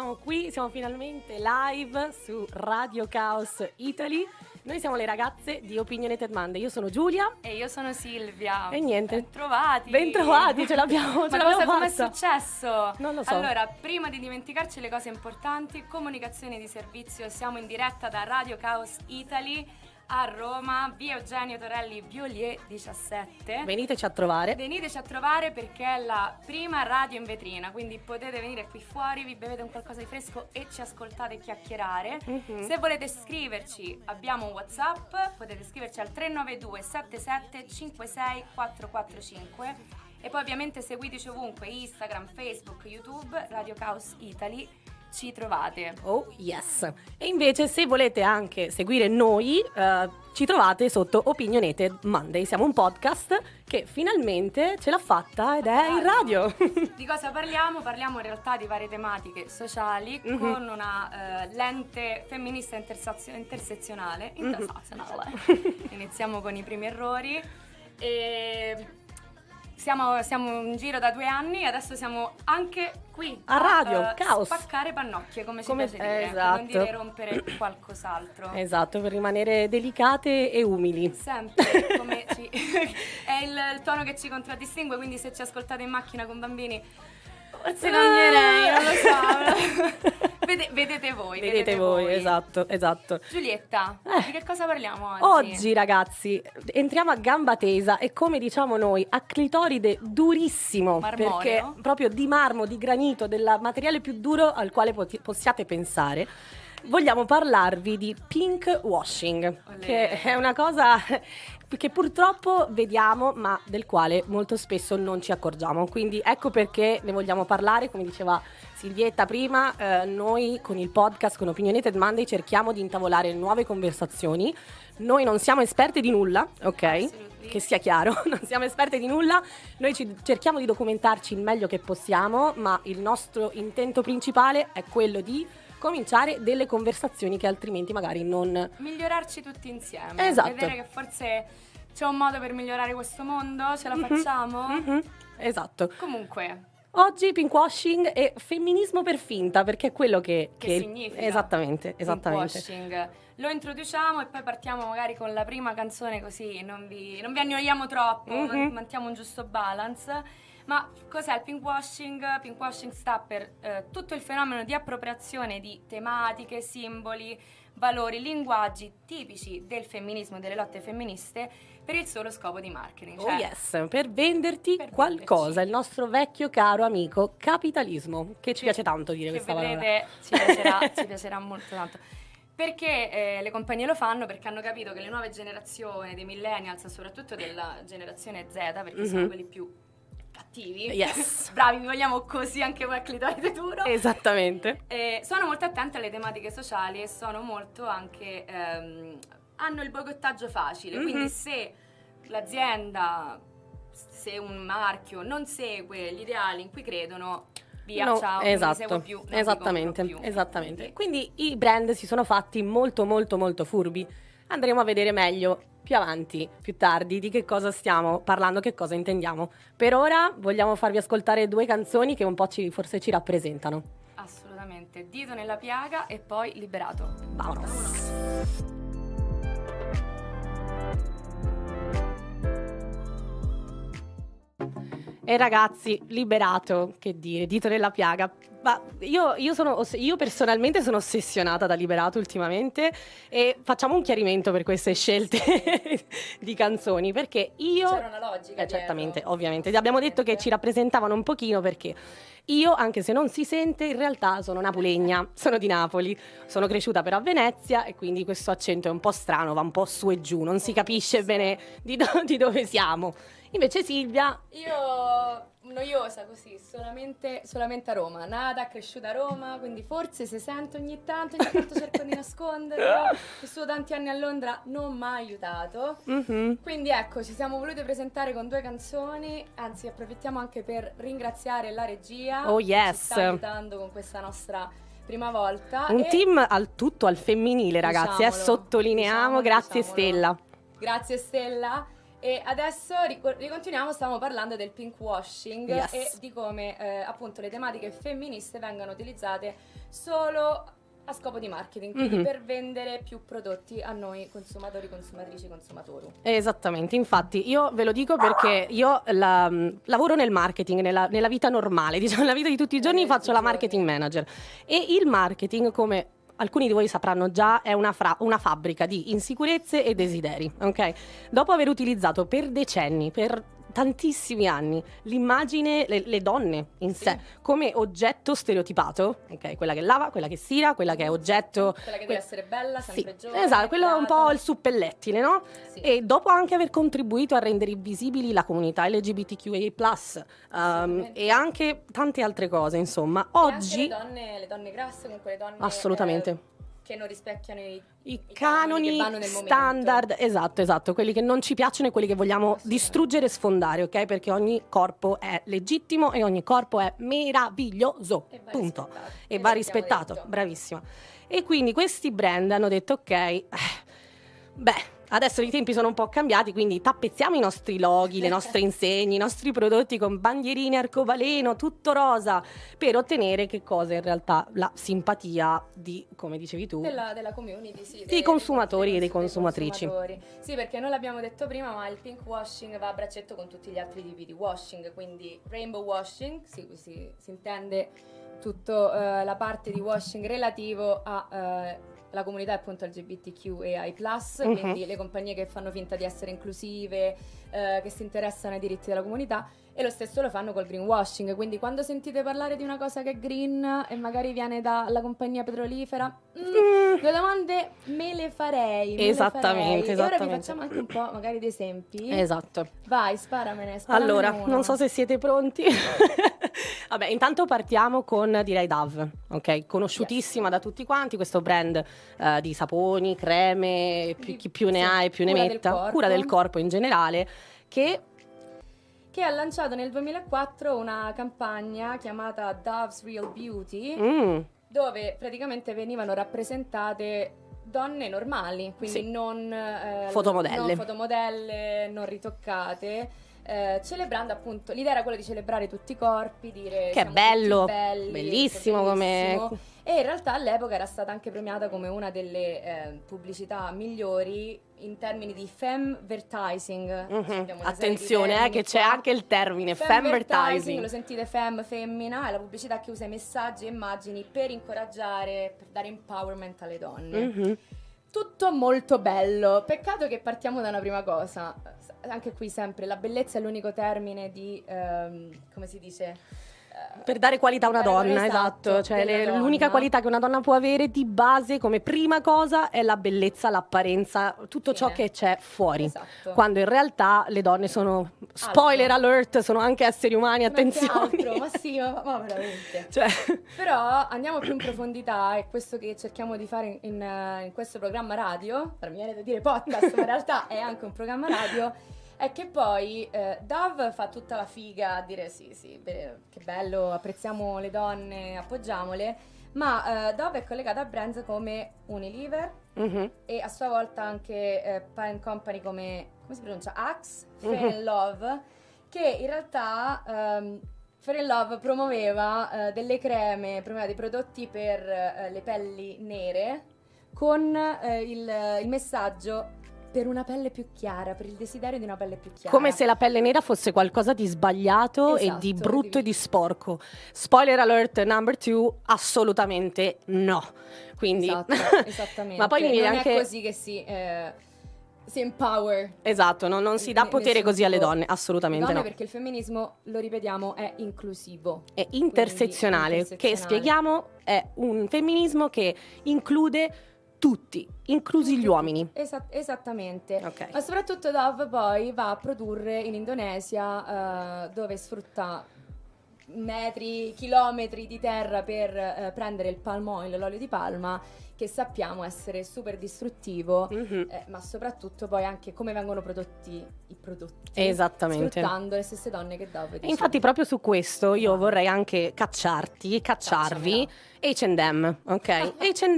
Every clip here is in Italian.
siamo qui, siamo finalmente live su Radio Chaos Italy. Noi siamo le ragazze di Opinionated Monday. Io sono Giulia. E io sono Silvia. E niente. Bentrovati. Bentrovati, ce l'abbiamo fatta. Come è successo? Non lo so. Allora, prima di dimenticarci le cose importanti, comunicazione di servizio, siamo in diretta da Radio Chaos Italy a Roma, via Eugenio Torelli Violier 17. Veniteci a trovare. Veniteci a trovare perché è la prima radio in vetrina, quindi potete venire qui fuori, vi bevete un qualcosa di fresco e ci ascoltate chiacchierare. Se volete scriverci, abbiamo un WhatsApp, potete scriverci al 392 77 56 445 e poi ovviamente seguiteci ovunque, Instagram, Facebook, YouTube, Radio Chaos Italy. Ci trovate. Oh yes. E invece se volete anche seguire noi, ci trovate sotto Opinionated Monday. Siamo un podcast che finalmente ce l'ha fatta ed è in radio. Di cosa parliamo? Parliamo in realtà di varie tematiche sociali con una lente femminista intersezionale. Iniziamo con i primi errori e siamo in giro da 2 anni e adesso siamo anche qui a Radio Chaos. Spaccare pannocchie, come ci piace dire, esatto. per non dire rompere qualcos'altro. Esatto, per rimanere delicate e umili. Sempre, come è il tono che ci contraddistingue, quindi se ci ascoltate in macchina con bambini forse cambierei, non lo so. Vedete voi, esatto. Giulietta, di che cosa parliamo oggi? Oggi, ragazzi, entriamo a gamba tesa e come diciamo noi, a clitoride durissimo. Marmoreo. Perché proprio di marmo, di granito, del materiale più duro al quale possiate pensare. Vogliamo parlarvi di pink washing, che è una cosa che purtroppo vediamo ma del quale molto spesso non ci accorgiamo, quindi ecco perché ne vogliamo parlare. Come diceva Silvietta prima, noi con il podcast, con Opinionated Monday, cerchiamo di intavolare nuove conversazioni. Noi non siamo esperte di nulla, ok? Che sia chiaro, non siamo esperte di nulla, noi cerchiamo di documentarci il meglio che possiamo, ma il nostro intento principale è quello di cominciare delle conversazioni che altrimenti magari non... Migliorarci tutti insieme. Esatto. Vedere che forse c'è un modo per migliorare questo mondo, ce la facciamo? Esatto. Comunque... Oggi pinkwashing e femminismo per finta, perché è quello che significa. Esattamente. Pinkwashing. Lo introduciamo e poi partiamo magari con la prima canzone, così non vi annoiamo troppo, mantiamo un giusto balance. Ma cos'è il pinkwashing? Pinkwashing sta per tutto il fenomeno di appropriazione di tematiche, simboli, valori, linguaggi tipici del femminismo e delle lotte femministe per il solo scopo di marketing. Oh yes, per venderti qualcosa, il nostro vecchio caro amico capitalismo, che ci piace tanto dire questa parola. Vedrete, ci piacerà molto tanto. Perché le compagnie lo fanno? Perché hanno capito che le nuove generazioni dei millennials, soprattutto della generazione Z, perché sono quelli più cattivi, yes. Bravi, vi vogliamo così anche voi a clitoride duro. Esattamente. Sono molto attenti alle tematiche sociali e sono molto anche hanno il boicottaggio facile, quindi se l'azienda, se un marchio non segue gli ideali in cui credono, via, ciao, non mi seguo più, esattamente. Quindi i brand si sono fatti molto furbi. Andremo a vedere meglio più avanti, più tardi, di che cosa stiamo parlando, che cosa intendiamo. Per ora vogliamo farvi ascoltare 2 canzoni che un po' forse ci rappresentano. Assolutamente, Dito nella piaga e poi Liberato. Vámonos. E ragazzi, Liberato, che dire, Dito nella piaga. Ma io personalmente sono ossessionata da Liberato ultimamente e facciamo un chiarimento per queste scelte di canzoni, perché c'era una logica certamente, dietro. ovviamente, abbiamo detto che ci rappresentavano un pochino, perché io, anche se non si sente, in realtà sono napolegna, sono di Napoli, sono cresciuta però a Venezia e quindi questo accento è un po' strano, va un po' su e giù, non si capisce bene di dove siamo. Invece Silvia... Io noiosa così, solamente a Roma, nata, cresciuta a Roma, quindi forse si sente ogni tanto cerco di nasconderlo. Ho vissuto tanti anni a Londra, non mi ha aiutato. Quindi ecco, ci siamo volute presentare con 2 canzoni, anzi approfittiamo anche per ringraziare la regia che ci sta aiutando con questa nostra prima volta. Un team al femminile, ragazzi, sottolineiamo, grazie diciamolo. Stella. Grazie Stella. E adesso ricontinuiamo, stavamo parlando del pink washing e di come appunto le tematiche femministe vengano utilizzate solo a scopo di marketing, quindi per vendere più prodotti a noi consumatori, consumatrici, consumatori. Esattamente, infatti io ve lo dico perché io lavoro nel marketing, nella vita normale, diciamo nella vita di tutti i giorni faccio la marketing manager e il marketing, come alcuni di voi sapranno già, è una fabbrica di insicurezze e desideri, ok? Dopo aver utilizzato per decenni, per tantissimi anni, l'immagine, le donne in sé, come oggetto stereotipato, ok? Quella che lava, quella che stira, quella che è oggetto... Quella che deve essere bella, sempre giovane. Esatto, quello è un po' il suppellettile, no? Sì. E dopo anche aver contribuito a rendere visibili la comunità LGBTQIA+, e anche tante altre cose, insomma, oggi... E anche le donne grasse, comunque le donne... Assolutamente. Che non rispecchiano i canoni standard, esatto, quelli che non ci piacciono e quelli che vogliamo distruggere e sfondare, ok? Perché ogni corpo è legittimo e ogni corpo è meraviglioso, punto. E va rispettato, bravissima. E quindi questi brand hanno detto, ok, beh, adesso i tempi sono un po' cambiati, quindi tappezziamo i nostri loghi, le nostre insegne, i nostri prodotti con bandierine arcobaleno, tutto rosa, per ottenere che cosa in realtà? La simpatia di, come dicevi tu, della community, sì, dei consumatori e dei consumatrici. Sì, perché noi l'abbiamo detto prima, ma il pink washing va a braccetto con tutti gli altri tipi di washing, quindi rainbow washing, si intende tutta la parte di washing relativo a... la comunità è appunto LGBTQAI+, quindi le compagnie che fanno finta di essere inclusive, che si interessano ai diritti della comunità, e lo stesso lo fanno col greenwashing, quindi quando sentite parlare di una cosa che è green e magari viene dalla compagnia petrolifera, due domande me le farei. Esattamente. E ora vi facciamo anche un po' magari di esempi. Esatto. Vai, sparamene allora, uno. Non so se siete pronti. Vabbè, intanto partiamo con, direi, Dove, ok? Conosciutissima da tutti quanti, questo brand di saponi, creme, chi più ne ha e più ne metta, cura del corpo in generale, che ha lanciato nel 2004 una campagna chiamata Dove's Real Beauty, dove praticamente venivano rappresentate donne normali, quindi non fotomodelle, non ritoccate, celebrando appunto, l'idea era quella di celebrare tutti i corpi, dire che è bello, bellissimo come... E in realtà all'epoca era stata anche premiata come una delle pubblicità migliori in termini di femvertising. Attenzione, che c'è anche il termine femvertising. Lo sentite, femmina, è la pubblicità che usa messaggi e immagini per incoraggiare, per dare empowerment alle donne. Tutto molto bello, peccato che partiamo da una prima cosa. Anche qui sempre la bellezza è l'unico termine di, come si dice... per dare qualità a una donna, esatto. Cioè l'unica qualità che una donna può avere di base come prima cosa è la bellezza, l'apparenza, tutto ciò che c'è fuori. Esatto. Quando in realtà le donne sono, spoiler alert, sono anche esseri umani, attenzione. Ma sì, ma veramente. Cioè. Però andiamo più in profondità, è questo che cerchiamo di fare in questo programma radio, mi viene da dire podcast, ma in realtà è anche un programma radio. È che poi Dove fa tutta la figa a dire sì, che bello, apprezziamo le donne, appoggiamole, ma Dove è collegata a brands come Unilever e a sua volta anche parent company come si pronuncia? Axe, Fair & Love, che in realtà Fair & Love promuoveva delle creme, promuoveva dei prodotti per le pelli nere con il messaggio: per una pelle più chiara, per il desiderio di una pelle più chiara. Come se la pelle nera fosse qualcosa di sbagliato e di brutto e di sporco. Spoiler alert number 2, assolutamente no. Quindi esattamente. Ma poi non anche... è così che si empower. Esatto, non si dà potere così alle donne, assolutamente no. Perché il femminismo, lo ripetiamo, è inclusivo. È intersezionale, che spieghiamo è un femminismo che include tutti, inclusi gli uomini. Esattamente. Okay. Ma soprattutto Dove poi va a produrre in Indonesia, dove sfrutta chilometri di terra per prendere il palm oil, l'olio di palma, che sappiamo essere super distruttivo, ma soprattutto poi anche come vengono prodotti i prodotti. Esattamente. Sfruttando le stesse donne che Dove dice. Infatti proprio su questo io vorrei anche cacciarvi H&M, ok?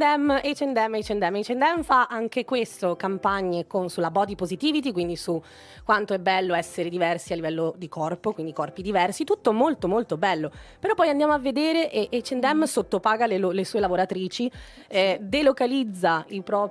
H&M fa anche questo, campagne sulla body positivity, quindi su quanto è bello essere diversi a livello di corpo, quindi corpi diversi, tutto molto molto bello. Però poi andiamo a vedere e H&M sottopaga le sue lavoratrici, delocalizza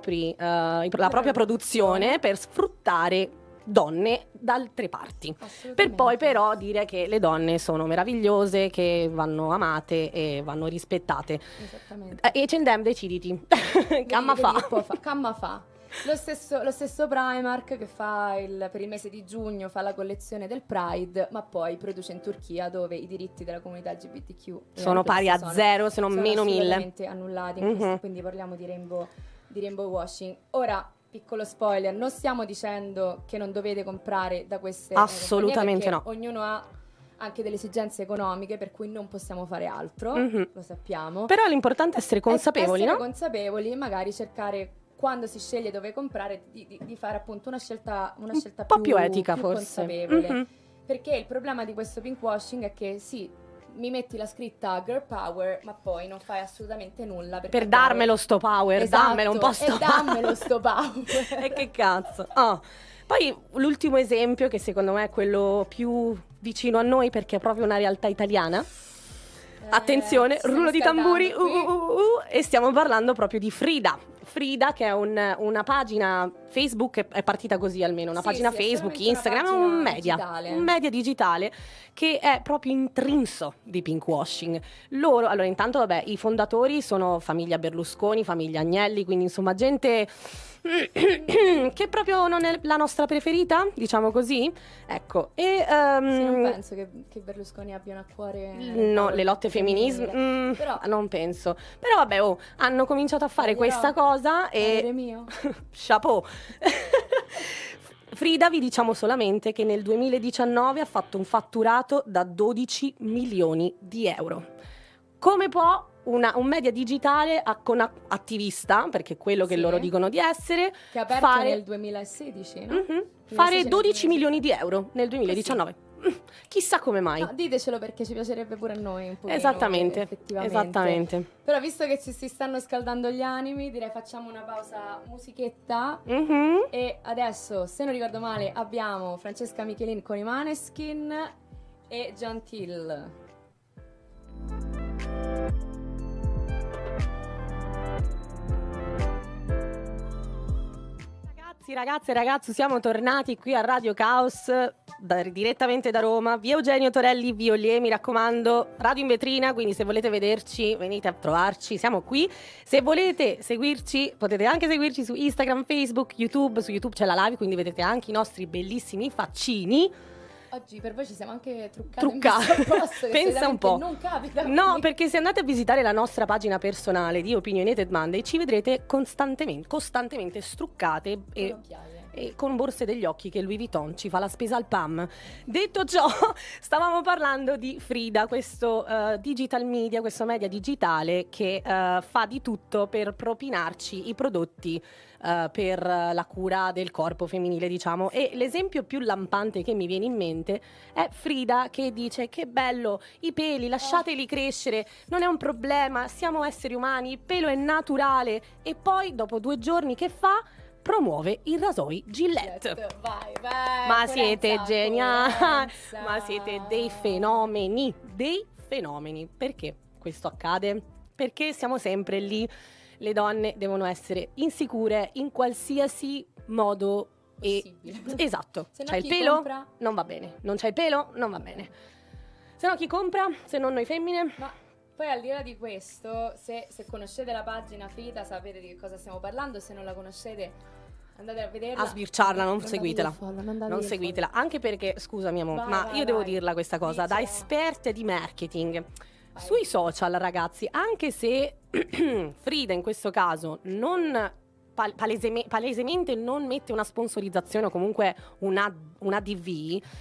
la propria produzione per sfruttare donne da altre parti, per poi però dire che le donne sono meravigliose, che vanno amate e vanno rispettate. Esattamente. H&M, deciditi. Camma fa. Lo stesso Primark che per il mese di giugno fa la collezione del Pride, ma poi produce in Turchia, dove i diritti della comunità LGBTQ sono pari a zero, se non meno 1000. Sono assolutamente annullati, quindi parliamo di rainbow washing. Ora, piccolo spoiler, non stiamo dicendo che non dovete comprare da queste assolutamente no. Ognuno ha anche delle esigenze economiche per cui non possiamo fare altro, lo sappiamo. Però l'importante è essere consapevoli, essere consapevoli, magari cercare, quando si sceglie dove comprare, di fare appunto una scelta un po' più etica, forse consapevole. Perché il problema di questo pinkwashing è che sì, mi metti la scritta girl power, ma poi non fai assolutamente nulla per darmelo sto power. Esatto, dammelo un po' dammelo sto power. E che cazzo. Poi l'ultimo esempio, che secondo me è quello più vicino a noi perché è proprio una realtà italiana. Attenzione, rullo di tamburi, e stiamo parlando proprio di Frida, che è una pagina Facebook, è partita così almeno, una pagina Facebook, Instagram, un media digitale che è proprio intrinso di pinkwashing. Allora intanto vabbè, i fondatori sono famiglia Berlusconi, famiglia Agnelli, quindi insomma gente che proprio non è la nostra preferita, diciamo così, ecco. E non penso che Berlusconi abbiano a cuore le lotte femminismo, però non penso. Però vabbè, hanno cominciato a fare questa cosa e mio. Chapeau. Frida, vi diciamo solamente che nel 2019 ha fatto un fatturato da 12 milioni di euro. Come può un media digitale attivista, perché è quello che loro dicono di essere, che ha aperto nel 2016, no? Fare 12 milioni di euro nel 2019? Così. Chissà come mai. No, ditecelo, perché ci piacerebbe pure a noi un pochino. Esattamente. Però visto che ci si stanno scaldando gli animi, direi facciamo una pausa musichetta. E adesso, se non ricordo male, abbiamo Francesca Michelin con i Maneskin e Gentil. Ragazzi, siamo tornati qui a Radio Caos direttamente da Roma, via Eugenio Torelli Violier, mi raccomando, radio in vetrina, quindi se volete vederci venite a trovarci, siamo qui. Se volete seguirci potete anche seguirci su Instagram, Facebook, YouTube. Su YouTube c'è la live, quindi vedete anche i nostri bellissimi faccini. Oggi per voi ci siamo anche truccati. Pensa un po'. Non capita. No, perché se andate a visitare la nostra pagina personale di Opinionated Monday ci vedrete costantemente struccate e con borse degli occhi che Louis Vuitton ci fa la spesa al PAM. Detto ciò, stavamo parlando di Frida, questo digital media, questo media digitale che fa di tutto per propinarci i prodotti per la cura del corpo femminile, diciamo. E l'esempio più lampante che mi viene in mente è Frida che dice: che bello, i peli, lasciateli crescere, non è un problema, siamo esseri umani, il pelo è naturale. E poi dopo 2 giorni che fa? Promuove i rasoi Gillette. Vai, ma siete geniali, ma siete dei fenomeni. Perché questo accade? Perché siamo sempre lì. Le donne devono essere insicure in qualsiasi modo possibile. Esatto. Se no c'hai il pelo? Compra? Non va bene. Non c'hai il pelo? Non va bene. Se no chi compra? Se non noi femmine? Ma poi al di là di questo, se conoscete la pagina Frida sapete di che cosa stiamo parlando, se non la conoscete andate a vederla. A sbirciarla, non seguitela. Non seguitela. Anche perché, scusami amore, ma io devo dirla questa cosa, da esperte di marketing. Sui social, ragazzi, anche se Frida in questo caso non palesemente non mette una sponsorizzazione o comunque una ADV,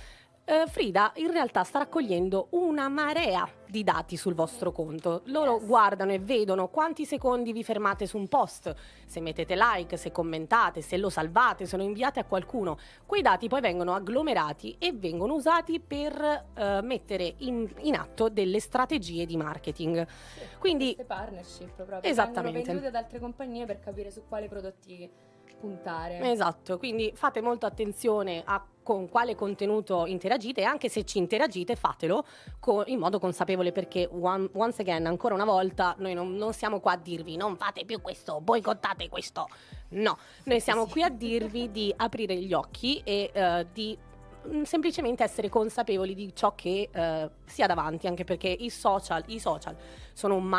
Frida in realtà sta raccogliendo una marea di dati sul vostro conto. Loro guardano e vedono quanti secondi vi fermate su un post, se mettete like, se commentate, se lo salvate, se lo inviate a qualcuno. Quei dati poi vengono agglomerati e vengono usati per mettere in atto delle strategie di marketing. Quindi queste partnership proprio esattamente, vengono vendute ad altre compagnie per capire su quali prodotti puntare. Esatto, quindi fate molta attenzione a con quale contenuto interagite, e anche se ci interagite fatelo in modo consapevole, perché once again, ancora una volta, noi non siamo qua a dirvi non fate più questo, boicottate questo, no, noi siamo qui a dirvi di aprire gli occhi e di semplicemente essere consapevoli di ciò che sia davanti, anche perché i social sono un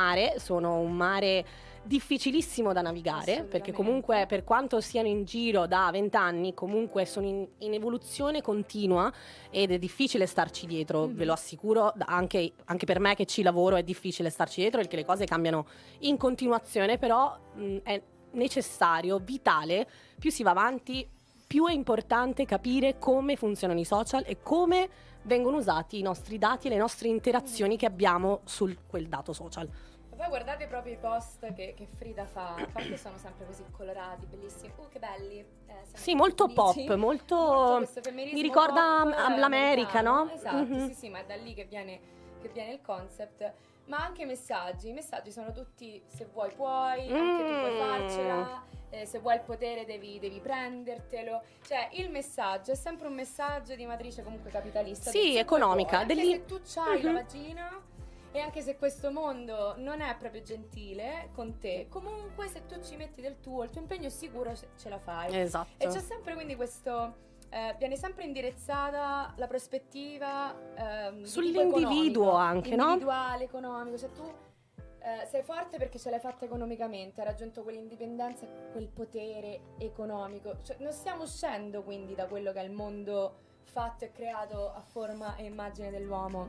mare difficilissimo da navigare, perché comunque per quanto siano in giro da 20 anni comunque sono in evoluzione continua ed è difficile starci dietro, ve lo assicuro, anche per me che ci lavoro è difficile starci dietro perché le cose cambiano in continuazione, però è necessario, vitale, più si va avanti più è importante capire come funzionano i social e come vengono usati i nostri dati e le nostre interazioni che abbiamo su quel dato social. E poi guardate proprio i post che Frida fa, infatti sono sempre così colorati, bellissimi. Che belli. Sì, molto felici. Pop, molto mi ricorda l'America, no? Esatto, sì, ma è da lì che viene il concept. Ma anche i messaggi sono tutti se vuoi puoi, anche tu puoi farcela, se vuoi il potere devi prendertelo. Cioè il messaggio è sempre un messaggio di matrice comunque capitalista. Sì, economica. Anche se tu c'hai la vagina e anche se questo mondo non è proprio gentile con te, comunque se tu ci metti del tuo, il tuo impegno sicuro ce la fai. Esatto. E c'è sempre quindi questo... viene sempre indirizzata la prospettiva sull'individuo anche, no? Individuale, economico, cioè tu sei forte perché ce l'hai fatta economicamente, hai raggiunto quell'indipendenza, quel potere economico, cioè non stiamo uscendo quindi da quello che è il mondo fatto e creato a forma e immagine dell'uomo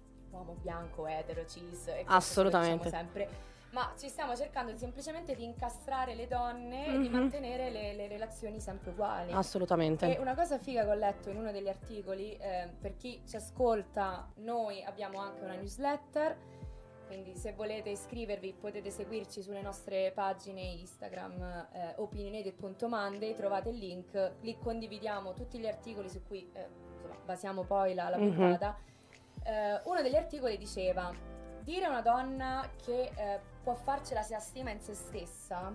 bianco, etero, cis, e assolutamente sempre. Ma ci stiamo cercando semplicemente di incastrare le donne e di mantenere le relazioni sempre uguali. Assolutamente. E una cosa figa che ho letto in uno degli articoli, per chi ci ascolta, noi abbiamo anche una newsletter, quindi se volete iscrivervi potete seguirci sulle nostre pagine Instagram, opinionated.monday, trovate il link, lì condividiamo tutti gli articoli su cui basiamo poi la puntata. Uno degli articoli diceva: dire a una donna che può farcela se ha stima in se stessa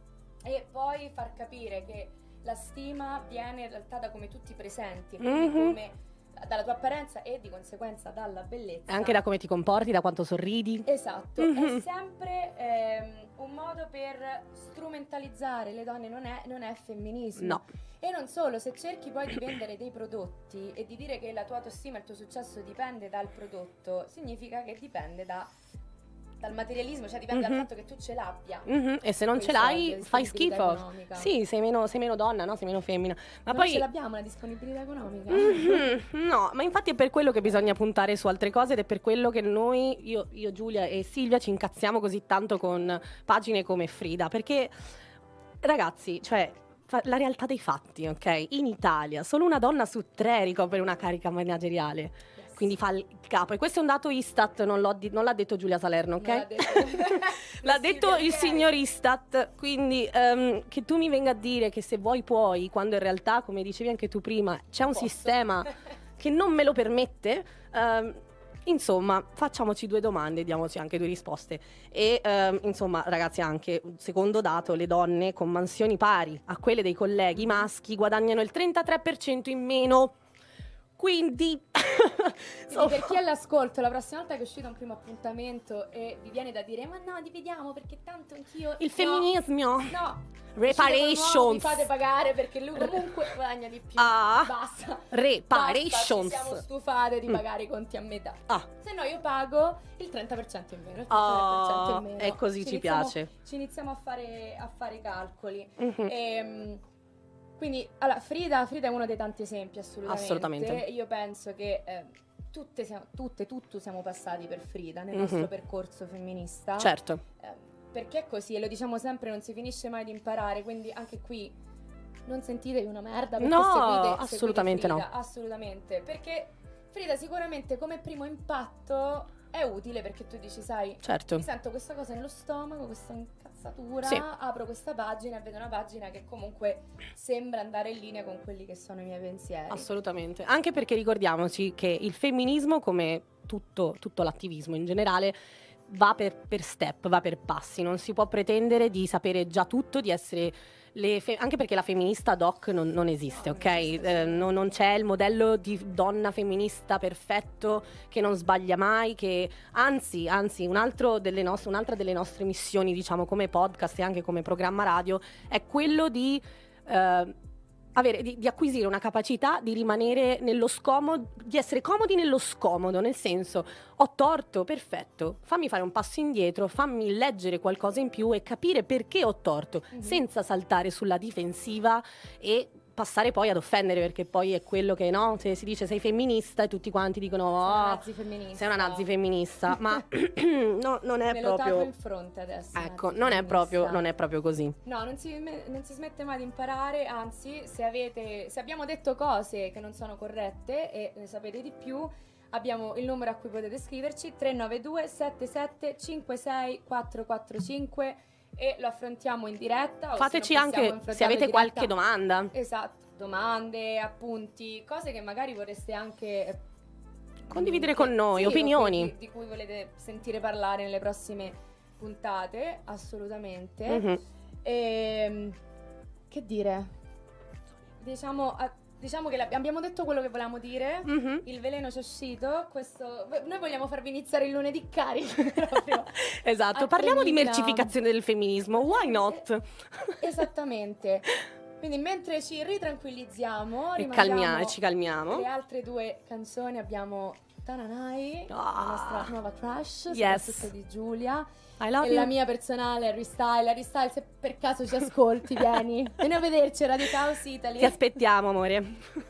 e poi far capire che la stima viene in realtà da come tu ti presenti, quindi come dalla tua apparenza e di conseguenza dalla bellezza. Anche da come ti comporti, da quanto sorridi. Esatto, è sempre un modo per strumentalizzare le donne, non è femminismo. No. E non solo, se cerchi poi di vendere dei prodotti e di dire che la tua autostima e il tuo successo dipende dal prodotto, significa che dipende dal materialismo, cioè dipende dal fatto che tu ce l'abbia. E se non ce l'hai, fai schifo. Economica. Sì, sei meno donna, no? Sei meno femmina. Ma non poi ce l'abbiamo la disponibilità economica. No, ma infatti è per quello che bisogna puntare su altre cose ed è per quello che noi, io, Giulia e Silvia, ci incazziamo così tanto con pagine come Frida, perché ragazzi, cioè la realtà dei fatti, ok? In Italia solo una donna su 3 ricopre una carica manageriale. Quindi fa il capo. E questo è un dato Istat, non l'ha detto Giulia Salerno, ok? L'ha detto il signor Istat. Quindi che tu mi venga a dire che se vuoi puoi, quando in realtà, come dicevi anche tu prima, c'è un sistema che non me lo permette. Insomma, facciamoci 2 domande, diamoci anche 2 risposte. E insomma, ragazzi, anche un secondo dato: le donne con mansioni pari a quelle dei colleghi maschi guadagnano il 33% in meno. Quindi per chi è all'ascolto, la prossima volta che è uscito un primo appuntamento e vi viene da dire ma no, dividiamo perché tanto anch'io il femminismo, no, reparations, mi fate pagare perché lui comunque guadagna di più, basta, reparations, ci siamo stufate di pagare i conti a metà, se no io pago il 30% in meno, il 33% in meno, e così ci piace, ci iniziamo a fare i calcoli. Quindi, allora, Frida è uno dei tanti esempi, assolutamente. Io penso che tutti siamo passati per Frida nel nostro percorso femminista. Certo. Perché è così, e lo diciamo sempre, non si finisce mai di imparare, quindi anche qui non sentitevi una merda perché seguite assolutamente Frida, no. Assolutamente, perché Frida, sicuramente come primo impatto è utile, perché tu dici, sai, Certo. mi sento questa cosa nello stomaco, questa incazzatura, Sì. apro questa pagina e vedo una pagina che comunque sembra andare in linea con quelli che sono i miei pensieri. Assolutamente, anche perché ricordiamoci che il femminismo, come tutto l'attivismo in generale, va per step, va per passi, non si può pretendere di sapere già tutto, di essere anche perché la femminista doc non esiste, ok? Non c'è il modello di donna femminista perfetto che non sbaglia mai, che anzi un'altra delle nostre missioni, diciamo, come podcast e anche come programma radio, è quello di di acquisire una capacità di rimanere nello scomodo, di essere comodi nello scomodo, nel senso, ho torto, perfetto, fammi fare un passo indietro, fammi leggere qualcosa in più e capire perché ho torto, senza saltare sulla difensiva e passare poi ad offendere, perché poi è quello che, no, se si dice sei femminista e tutti quanti dicono sei una nazi femminista, ma no, non è me proprio, lo tapo in fronte adesso, ecco, non è proprio così. No, non si smette mai di imparare, anzi, se abbiamo detto cose che non sono corrette e ne sapete di più, abbiamo il numero a cui potete scriverci, 392 77 56 445, e lo affrontiamo in diretta. Fateci anche se avete qualche domanda. Esatto, domande, appunti, cose che magari vorreste anche condividere con noi, opinioni di cui volete sentire parlare nelle prossime puntate, assolutamente. Che dire? Diciamo che abbiamo detto quello che volevamo dire, il veleno ci è uscito, noi vogliamo farvi iniziare il lunedì carico proprio. Esatto, parliamo di mercificazione del femminismo, why not? Esattamente. Quindi mentre ci ritranquillizziamo e ci calmiamo, le altre due canzoni abbiamo Tananai, la nostra nuova crush, soprattutto di Giulia, I love e you. la mia personale Harry Styles, se per caso ci ascolti, vieni a vederci a Radio Chaos Italy. Ti aspettiamo, amore.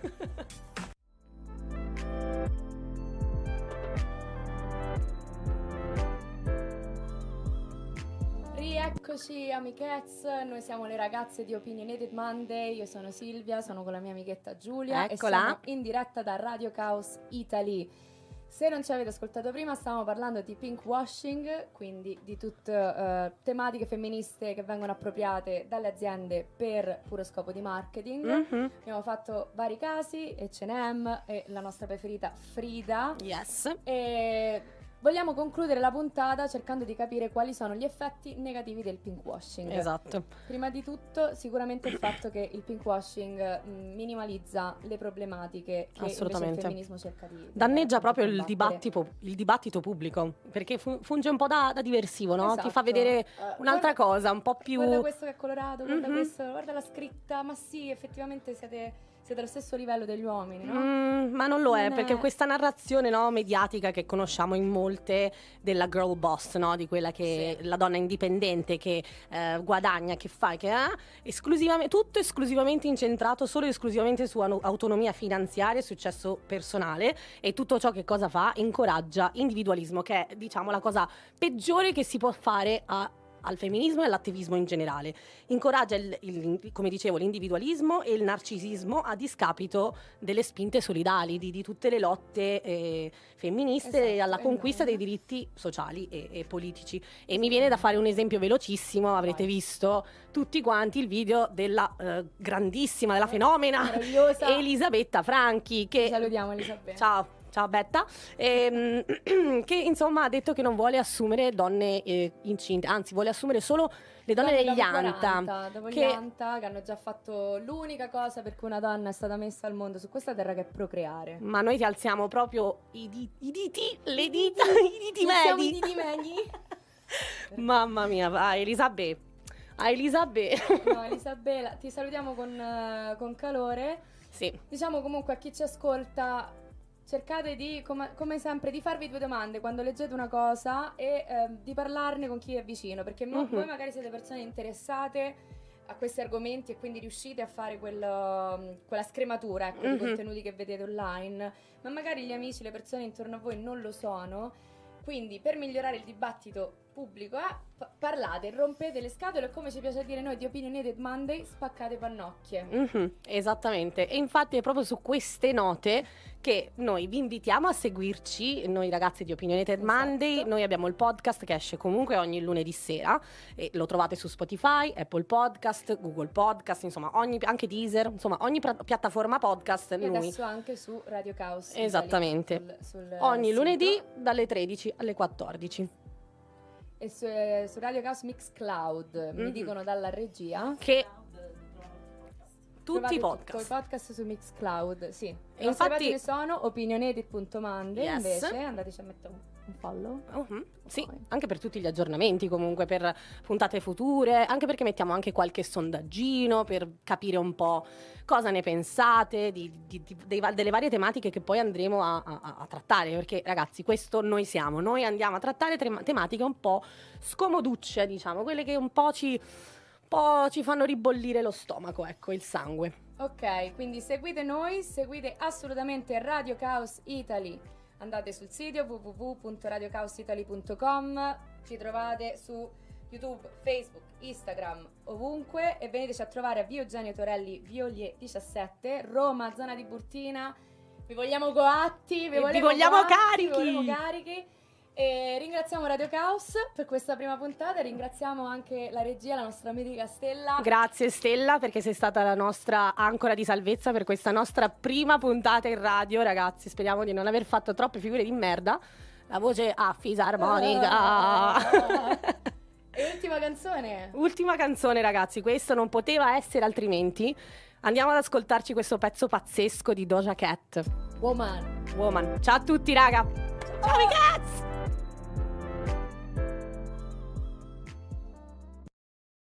Rieccoci amichezze, noi siamo le ragazze di Opinionated Monday, io sono Silvia, sono con la mia amichetta Giulia. Eccola. E siamo in diretta da Radio Chaos Italy. Se non ci avete ascoltato prima, stavamo parlando di pink washing, quindi di tutte tematiche femministe che vengono appropriate dalle aziende per puro scopo di marketing. Abbiamo fatto vari casi, H&M e la nostra preferita Frida. Yes. E vogliamo concludere la puntata cercando di capire quali sono gli effetti negativi del pink washing. Esatto. Prima di tutto, sicuramente il fatto che il pink washing minimalizza le problematiche che invece il femminismo cerca di danneggia proprio il dibattito pubblico, perché funge un po' da diversivo, no? Esatto. Ti fa vedere un'altra cosa, un po' più... Guarda questo che è colorato, guarda questo, guarda la scritta, ma sì, effettivamente siete allo stesso livello degli uomini, no? Ma non lo è, perché questa narrazione, no, mediatica che conosciamo in molte della girl boss, no? Di quella che la donna indipendente che guadagna, che fa, che ha tutto esclusivamente incentrato solo e esclusivamente su autonomia finanziaria e successo personale, e tutto ciò che cosa fa? Incoraggia individualismo, che è, diciamo, la cosa peggiore che si può fare al femminismo e all'attivismo in generale. Incoraggia come dicevo, l'individualismo e il narcisismo a discapito delle spinte solidali di tutte le lotte femministe, alla conquista dei diritti sociali e politici. E mi viene da fare un esempio velocissimo. Avrete visto tutti quanti il video della grandissima, della fenomena meravigliosa Elisabetta Franchi, che salutiamo Elisabetta. Ciao Betta, che insomma ha detto che non vuole assumere donne incinte, anzi vuole assumere solo le donne degli anta. Dopo gli anta, che hanno già fatto l'unica cosa per cui una donna è stata messa al mondo su questa terra, che è procreare. Ma noi ti alziamo proprio i diti medi. I diti medi. Mamma mia, Elisabetta. No, Elisabetta, ti salutiamo con calore. Sì. Diciamo comunque a chi ci ascolta, cercate di, come sempre, di farvi due domande quando leggete una cosa e di parlarne con chi è vicino, perché voi magari siete persone interessate a questi argomenti e quindi riuscite a fare quella scrematura, ecco, di contenuti che vedete online, ma magari gli amici, le persone intorno a voi non lo sono. Quindi per migliorare il dibattito pubblico, parlate, rompete le scatole, e come ci piace dire noi di Opinionated Monday, spaccate pannocchie. Esattamente, e infatti è proprio su queste note che noi vi invitiamo a seguirci, noi ragazzi di Opinionated Monday. Noi abbiamo il podcast che esce comunque ogni lunedì sera e lo trovate su Spotify, Apple Podcast, Google Podcast, insomma anche Deezer, insomma ogni piattaforma podcast. E adesso anche su Radio Caos. Esattamente, sul ogni sito. lunedì dalle 13 alle 14. E su Radio Caos Mixcloud, mi dicono dalla regia che tutti i i podcast su Mixcloud, sì. E Le nostre infatti pagine sono opinionated.monday, Yes. invece andateci a mettere un follow. Sì, Poi. anche per tutti gli aggiornamenti comunque, per puntate future, anche perché mettiamo anche qualche sondaggino per capire un po' cosa ne pensate delle varie tematiche che poi andremo a trattare, perché ragazzi questo noi andiamo a trattare tematiche un po' scomoducce, diciamo, quelle che un po' ci fanno ribollire lo stomaco, ecco, il sangue. Ok, quindi seguite noi, seguite assolutamente Radio Caos Italy. Andate sul sito www.radiocaositaly.com, ci trovate su YouTube, Facebook, Instagram, ovunque, e veniteci a trovare a Via Eugenio Torelli, Violier 17, Roma, zona di Burtina. Vi vogliamo coatti, vi vogliamo carichi. E ringraziamo Radio Caos per questa prima puntata e ringraziamo anche la regia, la nostra mitica Stella. Grazie Stella, perché sei stata la nostra ancora di salvezza per questa nostra prima puntata in radio, ragazzi. Speriamo di non aver fatto troppe figure di merda. La voce a fisarmonica. E ultima canzone, ragazzi, questo non poteva essere altrimenti. Andiamo ad ascoltarci questo pezzo pazzesco di Doja Cat, Woman. Ciao a tutti, raga. Ciao ragazzi.